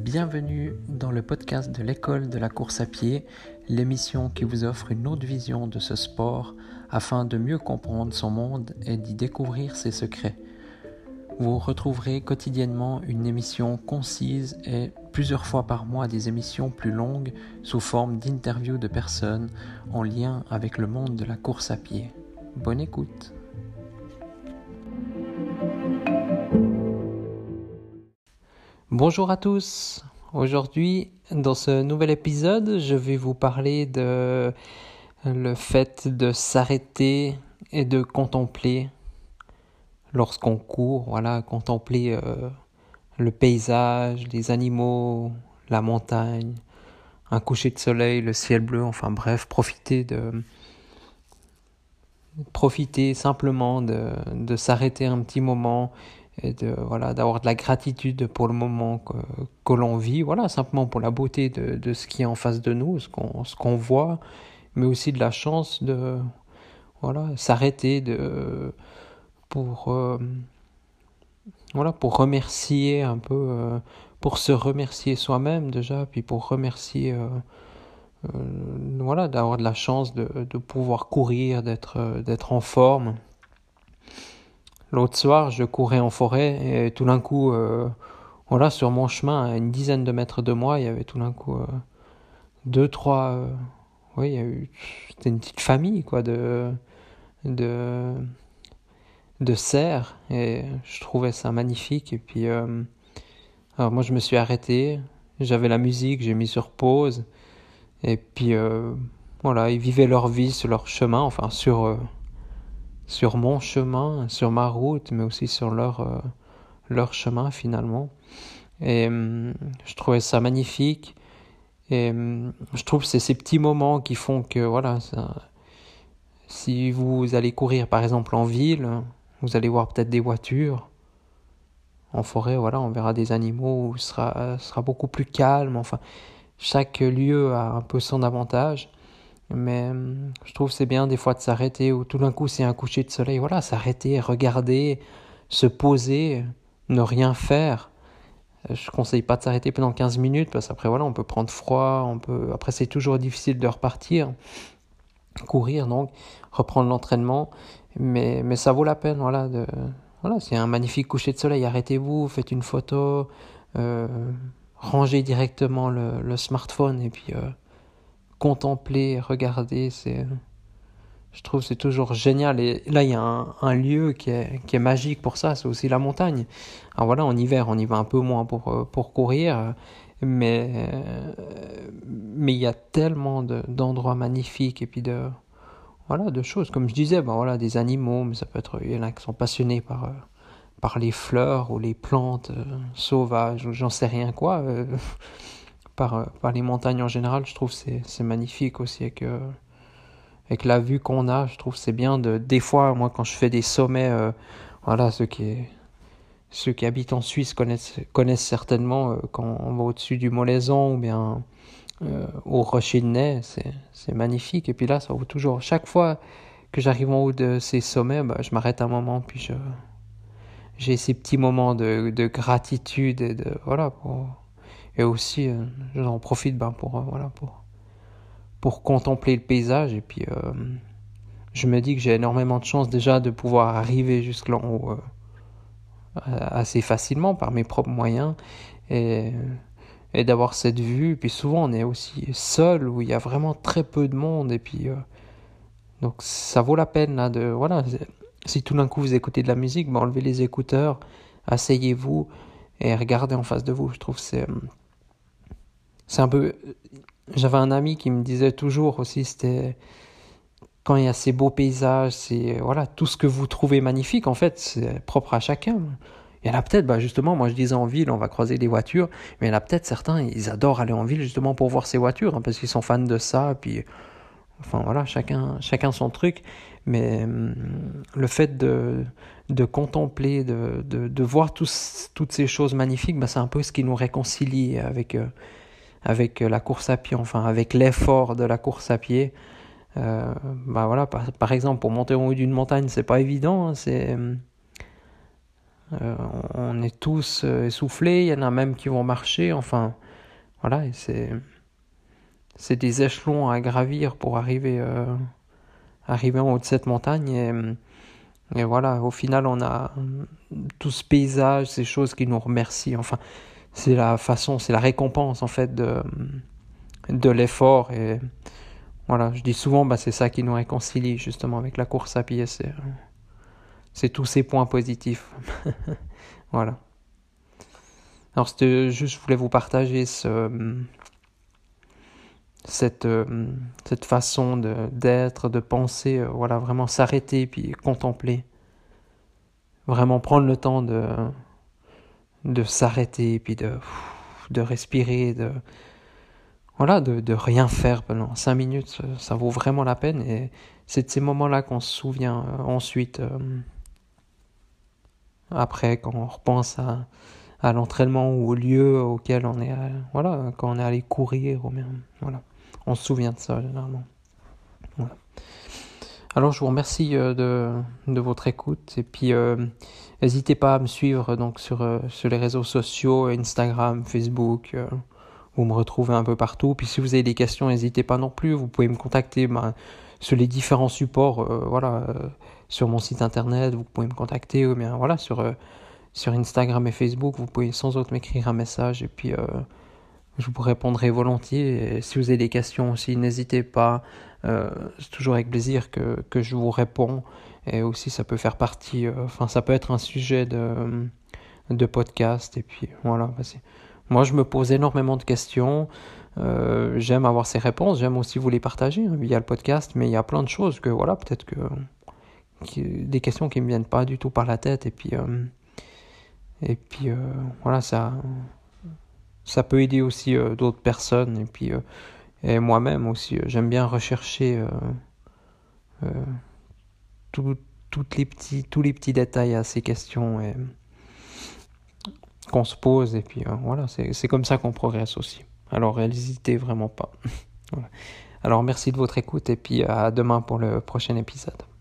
Bienvenue dans le podcast de l'école de la course à pied, l'émission qui vous offre une autre vision de ce sport afin de mieux comprendre son monde et d'y découvrir ses secrets. Vous retrouverez quotidiennement une émission concise et plusieurs fois par mois des émissions plus longues sous forme d'interviews de personnes en lien avec le monde de la course à pied. Bonne écoute! Bonjour à tous, aujourd'hui dans ce nouvel épisode je vais vous parler de le fait de s'arrêter et de contempler lorsqu'on court, contempler le paysage, les animaux, la montagne, un coucher de soleil, le ciel bleu, enfin bref, profiter simplement de s'arrêter un petit moment et d'avoir de la gratitude pour le moment que l'on vit, simplement pour la beauté de ce qui est en face de nous, ce qu'on voit, mais aussi de la chance de s'arrêter pour remercier un peu, pour se remercier soi-même déjà, puis pour remercier d'avoir de la chance de pouvoir courir, d'être en forme. L'autre soir, je courais en forêt et tout d'un coup, sur mon chemin, à une dizaine de mètres de moi, il y avait tout d'un coup c'était une petite famille de cerfs et je trouvais ça magnifique. Et puis, alors moi, je me suis arrêté, j'avais la musique, j'ai mis sur pause et puis ils vivaient leur vie sur leur chemin, sur mon chemin, sur ma route, mais aussi sur leur chemin finalement. Et je trouvais ça magnifique. Et je trouve que c'est ces petits moments qui font que, si vous allez courir par exemple en ville, vous allez voir peut-être des voitures. En forêt, on verra des animaux où ce sera beaucoup plus calme. Enfin, chaque lieu a un peu son avantage. Mais je trouve que c'est bien des fois de s'arrêter, ou tout d'un coup c'est un coucher de soleil, s'arrêter, regarder, se poser, ne rien faire. Je conseille pas de s'arrêter pendant 15 minutes parce qu'après on peut prendre froid, après c'est toujours difficile de repartir, courir donc, reprendre l'entraînement, mais ça vaut la peine, c'est un magnifique coucher de soleil, arrêtez-vous, faites une photo, rangez directement le smartphone et puis contempler, regarder, je trouve que c'est toujours génial. Et là, il y a un lieu qui est magique pour ça, c'est aussi la montagne. Alors en hiver, on y va un peu moins pour courir, mais il y a tellement d'endroits magnifiques et puis de choses. Comme je disais, des animaux, mais ça peut être, il y en a qui sont passionnés par les fleurs ou les plantes sauvages, ou j'en sais rien quoi. Par les montagnes en général, je trouve que c'est magnifique aussi avec la vue qu'on a. Je trouve que c'est bien des fois, moi quand je fais des sommets, ceux qui habitent en Suisse connaissent certainement quand on va au-dessus du Molaison ou bien au Rocher de Naye, c'est magnifique. Et puis là, ça vaut toujours. Chaque fois que j'arrive en haut de ces sommets, je m'arrête un moment, puis j'ai ces petits moments de gratitude et et aussi, j'en profite pour contempler le paysage. Et puis, je me dis que j'ai énormément de chance déjà de pouvoir arriver jusque là en haut assez facilement par mes propres moyens et d'avoir cette vue. Et puis souvent, on est aussi seul où il y a vraiment très peu de monde. Et puis, donc ça vaut la peine là si tout d'un coup vous écoutez de la musique, enlevez les écouteurs, asseyez-vous et regardez en face de vous. Je trouve que c'est un peu. J'avais un ami qui me disait toujours aussi, c'était quand il y a ces beaux paysages, c'est tout ce que vous trouvez magnifique, en fait, c'est propre à chacun. Il y en a peut-être, justement, moi je disais en ville, on va croiser des voitures, mais il y en a peut-être certains, ils adorent aller en ville justement pour voir ces voitures, parce qu'ils sont fans de ça, puis chacun son truc. Mais le fait de contempler, de voir toutes ces choses magnifiques, c'est un peu ce qui nous réconcilie avec la course à pied, avec l'effort de la course à pied. Par exemple, pour monter en haut d'une montagne, c'est pas évident, On est tous essoufflés, il y en a même qui vont marcher, enfin, voilà, et c'est des échelons à gravir pour arriver en haut de cette montagne, et voilà, au final, on a tout ce paysage, ces choses qui nous remercient, enfin, c'est la récompense, en fait, de l'effort, et voilà, je dis souvent, c'est ça qui nous réconcilie, justement, avec la course à pied, c'est tous ces points positifs. Voilà. Alors, je voulais vous partager cette façon d'être, de penser, voilà, vraiment s'arrêter puis contempler. Vraiment prendre le temps de s'arrêter puis de respirer, de rien faire pendant 5 minutes. Ça vaut vraiment la peine, et c'est de ces moments-là qu'on se souvient ensuite, après, quand on repense à l'entraînement ou au lieu auquel on est, voilà, quand on est allé courir, ou bien, voilà. On se souvient de ça, généralement. Voilà. Alors, je vous remercie de votre écoute. Et puis, n'hésitez pas à me suivre donc, sur les réseaux sociaux, Instagram, Facebook. Vous me retrouvez un peu partout. Puis, si vous avez des questions, n'hésitez pas non plus. Vous pouvez me contacter sur les différents supports. Sur mon site internet, vous pouvez me contacter. Ou bien, voilà, sur Instagram et Facebook, vous pouvez sans autre m'écrire un message. Et puis, je vous répondrai volontiers. Et si vous avez des questions aussi, n'hésitez pas. C'est toujours avec plaisir que je vous réponds. Et aussi, ça peut faire partie, ça peut être un sujet de podcast. Et puis, voilà. Moi, je me pose énormément de questions. J'aime avoir ces réponses. J'aime aussi vous les partager via le podcast. Mais il y a plein de choses que, voilà, peut-être des questions qui ne me viennent pas du tout par la tête. Et puis voilà, ça peut aider aussi d'autres personnes, et puis et moi-même aussi, j'aime bien rechercher tous les petits détails à ces questions qu'on se pose, et puis voilà, c'est comme ça qu'on progresse aussi. Alors n'hésitez vraiment pas. Voilà. Alors merci de votre écoute, et puis à demain pour le prochain épisode.